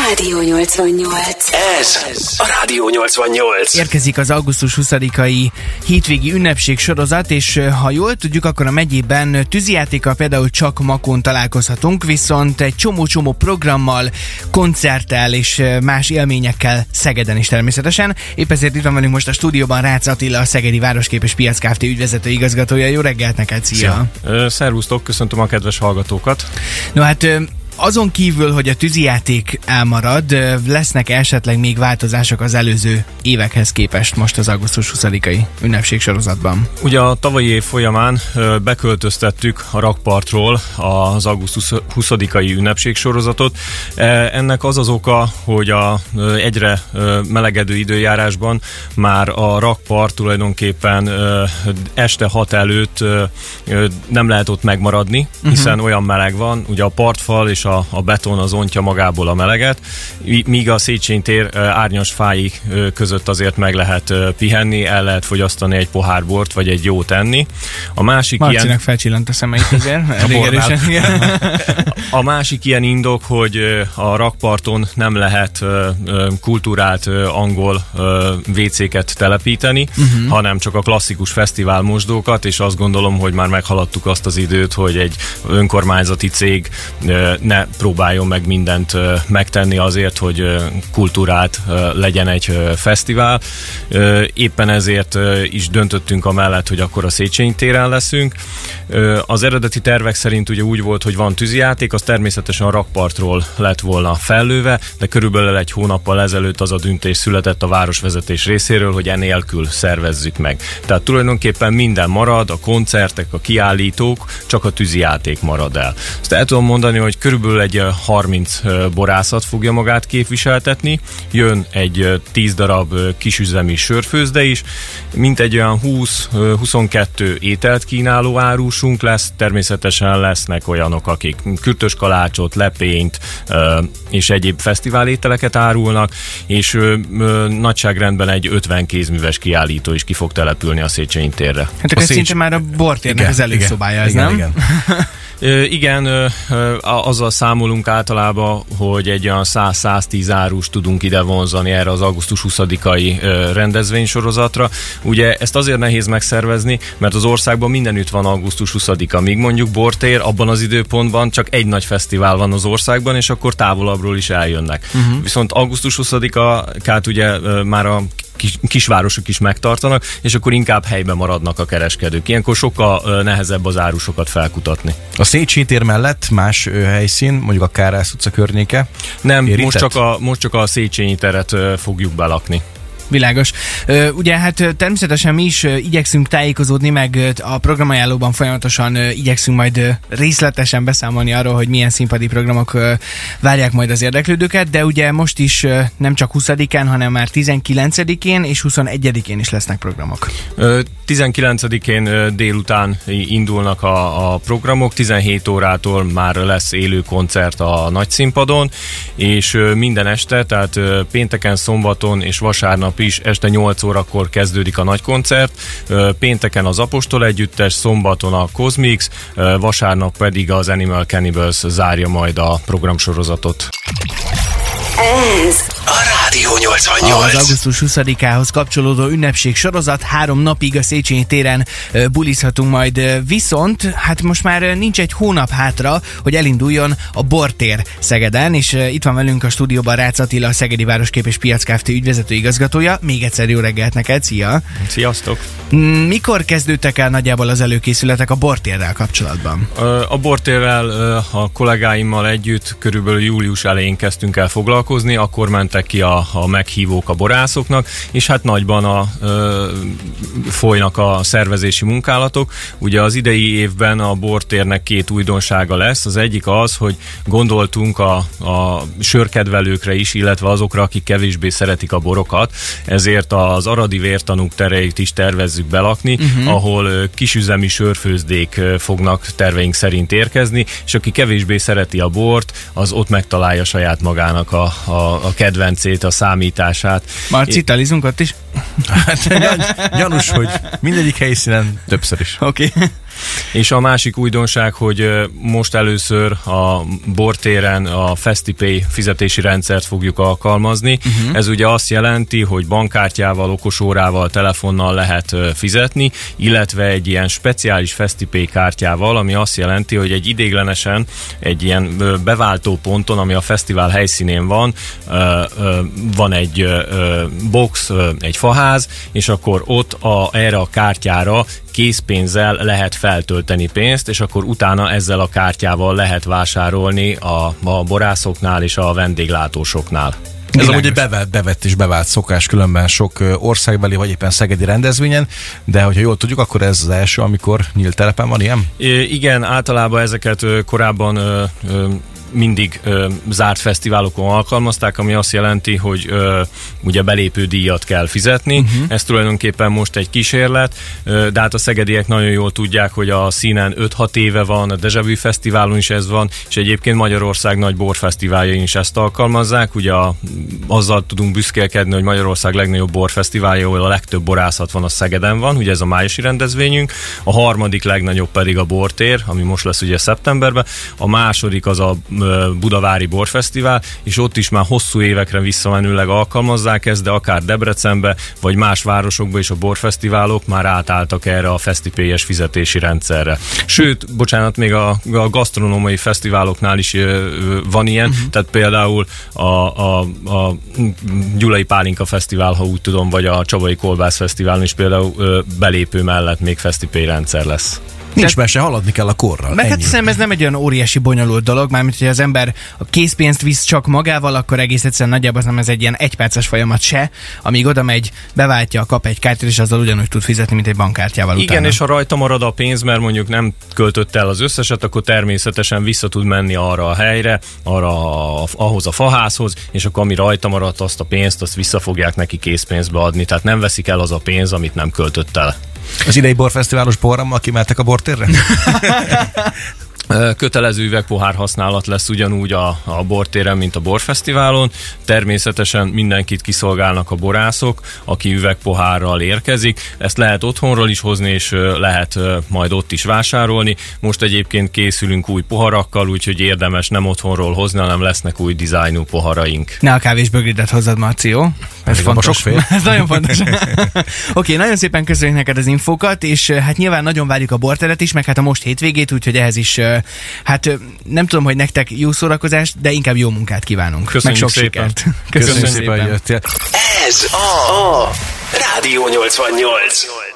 Rádió 88. Ez a Rádió 88. Érkezik az augusztus 20-ai hétvégi ünnepség sorozat, és ha jól tudjuk, akkor a megyében tűzijátékkal például csak Makón találkozhatunk, viszont egy csomó programmal, koncerttel és más élményekkel Szegeden is természetesen. Épp ezért itt van velünk most a stúdióban Rácz Attila, a Szegedi Városkép és Piac Kft. Ügyvezető igazgatója. Jó reggelt neked, szia! Szervusztok, köszöntöm a kedves hallgatókat! No hát azon kívül, hogy a tűzijáték elmarad, lesznek esetleg még változások az előző évekhez képest most az augusztus 20-ai ünnepség sorozatban? Ugye a tavalyi év folyamán beköltöztettük a rakpartról az augusztus 20-ai ünnepség sorozatot. Ennek az oka, hogy a egyre melegedő időjárásban már a rakpart tulajdonképpen este 6 előtt nem lehet ott megmaradni, hiszen olyan meleg van, ugye a partfal és a beton az ontja magából a meleget, míg a Széchenyi tér árnyas fái között azért meg lehet pihenni, el lehet fogyasztani egy pohár bort, vagy egy jót enni. A másik Marcinak felcsillant a szemeit azért. A másik ilyen indok, hogy a rakparton nem lehet kultúrált angol WC-ket telepíteni, hanem csak a klasszikus fesztivál mosdókat, és azt gondolom, hogy már meghaladtuk azt az időt, hogy egy önkormányzati cég ne próbáljon meg mindent megtenni azért, hogy kultúrát legyen egy fesztivál. Éppen ezért is döntöttünk amellett, hogy akkor a Széchenyi téren leszünk. Az eredeti tervek szerint ugye úgy volt, hogy van tűzijáték, az természetesen a rakpartról lett volna fellőve, de körülbelül egy hónappal ezelőtt az a döntés született a városvezetés részéről, hogy enélkül szervezzük meg. Tehát tulajdonképpen minden marad, a koncertek, a kiállítók, csak a tűzijáték marad el. Azt el tudom mondani, hogy körülbelül egy 30 borászat fogja magát képviseltetni, jön egy 10 darab kisüzemi sörfőzde is, mint egy olyan 20-22 ételt kínáló árusunk lesz, természetesen lesznek olyanok, akik kürtös kalácsot, lepényt és egyéb fesztiválételeket árulnak, és nagyságrendben egy 50 kézműves kiállító is ki fog települni a Széchenyi térre. Hát akkor szinte már a bortérnek az előszobája, ez nem? Igen. Igen, azzal számolunk általában, hogy egy olyan 100-110 árust tudunk ide vonzani erre az augusztus 20-ai rendezvénysorozatra. Ugye ezt azért nehéz megszervezni, mert az országban mindenütt van augusztus 20-a, míg mondjuk bortér, abban az időpontban csak egy nagy fesztivál van az országban, és akkor távolabbról is eljönnek. Viszont augusztus 20-át ugye már a kisvárosok is megtartanak, és akkor inkább helyben maradnak a kereskedők. Ilyenkor sokkal nehezebb az árusokat felkutatni. A Széchenyi tér mellett más helyszín, mondjuk a Kárász utca környéke? Nem, most csak a Széchenyi teret fogjuk belakni. Világos. Ugye hát természetesen mi is igyekszünk tájékozódni, meg a programajánlóban folyamatosan igyekszünk majd részletesen beszámolni arról, hogy milyen színpadi programok várják majd az érdeklődőket, de ugye most is nem csak 20-án, hanem már 19-én és 21-én is lesznek programok. 19-én délután indulnak a programok, 17 órától már lesz élő koncert a nagyszínpadon, és minden este, tehát pénteken, szombaton és vasárnap is este 8 órakor kezdődik a nagy koncert, pénteken az Apostol együttes, szombaton a Cosmix, vasárnap pedig az Animal Cannibals zárja majd a programsorozatot. Ez a Rádió 88. Az augusztus 20-ához kapcsolódó ünnepség sorozat 3 napig a Széchenyi téren bulizhatunk majd, viszont hát most már nincs egy hónap hátra, hogy elinduljon a bortér Szegeden, és itt van velünk a stúdióban Rácz Attila, a Szegedi Városkép és Piac Kft. Ügyvezető igazgatója. Még egyszer jó reggelt neked, szia! Sziasztok! Mikor kezdődtek el nagyjából az előkészületek a bortérrel kapcsolatban? A bortérrel a kollégáimmal együtt körülbelül július elején kezdtünk el foglalkozni, akkor mentek ki a meghívók a borászoknak, és hát nagyban folynak a szervezési munkálatok. Ugye az idei évben a bortérnek 2 újdonsága lesz. Az egyik az, hogy gondoltunk a sörkedvelőkre is, illetve azokra, akik kevésbé szeretik a borokat, ezért az aradi vértanúk tereit is tervezzük belakni, ahol kisüzemi sörfőzdék fognak terveink szerint érkezni, és aki kevésbé szereti a bort, az ott megtalálja saját magának a kedvencét, a számítását. Marci, talizunk ott is? Hát, gyanús, hogy mindegyik helyszínen többször is. Oké. És a másik újdonság, hogy most először a bortéren a FestiPay fizetési rendszert fogjuk alkalmazni. Ez ugye azt jelenti, hogy bankkártyával, okosórával, telefonnal lehet fizetni, illetve egy ilyen speciális FestiPay kártyával, ami azt jelenti, hogy egy idéglenesen egy ilyen beváltó ponton, ami a fesztivál helyszínén van egy box, egy faház, és akkor ott erre a kártyára készpénzzel lehet feltölteni pénzt, és akkor utána ezzel a kártyával lehet vásárolni a borászoknál és a vendéglátósoknál. Ez amúgy egy bevett és bevált szokás különben sok országbeli vagy éppen szegedi rendezvényen, de hogyha jól tudjuk, akkor ez az első, amikor nyílt telepen van ilyen? Igen, általában ezeket korábban mindig zárt fesztiválokon alkalmazták, ami azt jelenti, hogy ugye belépő díjat kell fizetni. Ez tulajdonképpen most egy kísérlet, de hát a szegediek nagyon jól tudják, hogy a színen 5-6 éve van, a Déjà Vu Fesztiválon is ez van, és egyébként Magyarország nagy borfesztiváljain is ezt alkalmazzák. Ugye azzal tudunk büszkélkedni, hogy Magyarország legnagyobb borfesztiválja, ahol a legtöbb borászat van, a Szegeden van, ugye ez a májusi rendezvényünk, a harmadik legnagyobb pedig a Bortér, ami most lesz ugye szeptemberben, a második az a Budavári Borfesztivál, és ott is már hosszú évekre visszamenőleg alkalmazzák ezt, de akár Debrecenbe, vagy más városokba is a borfesztiválok már átálltak erre a FestiPay-es fizetési rendszerre. Sőt, bocsánat, még a gasztronómiai fesztiváloknál is van ilyen, tehát például a Gyulai Pálinka Fesztivál, ha úgy tudom, vagy a Csabai Kolbász Fesztiválon is például belépő mellett még FestiPay rendszer lesz. Nincs mese, haladni kell a korral. Meg hát hiszem, ez nem egy olyan óriási bonyolult dolog, mármint, hogy az ember a készpénzt visz csak magával, akkor egész egyszerűen nagyjából nem ez egy ilyen egyperces folyamat se, amíg oda megy, beváltja, kap egy kártyát, és azzal ugyanúgy tud fizetni, mint egy bankkártyával utána. Igen, és ha rajta marad a pénz, mert mondjuk nem költött el az összeset, akkor természetesen vissza tud menni arra a helyre, ahhoz a faházhoz, és akkor ami rajta maradt, azt a pénzt, azt vissza fogják neki készpénzbe adni, tehát nem veszik el az a pénz, amit nem költött el. Az idei borfesztiválos programmal kimeltek a bortérre? Kötelező üvegpohár használat lesz ugyanúgy a bortéren, mint a borfesztiválon. Természetesen mindenkit kiszolgálnak a borászok, aki üvegpohárral érkezik. Ezt lehet otthonról is hozni, és lehet majd ott is vásárolni. Most egyébként készülünk új poharakkal, úgyhogy érdemes nem otthonról hozni, hanem lesznek új dizájnú poharaink. Ne a kávésbögridet hozzad, Marci, jó? Ez fontos. Ez nagyon fontos. Oké, nagyon szépen köszönjük neked az infókat, és hát nyilván nagyon várjuk a borteret is, meg hát a most hétvégét, úgyhogy ehhez is hát nem tudom, hogy nektek jó szórakozást, de inkább jó munkát kívánunk. Köszönjük meg sok szépen. sikert. Köszönjük szépen, hogy jöttél. Ez a Rádió 88.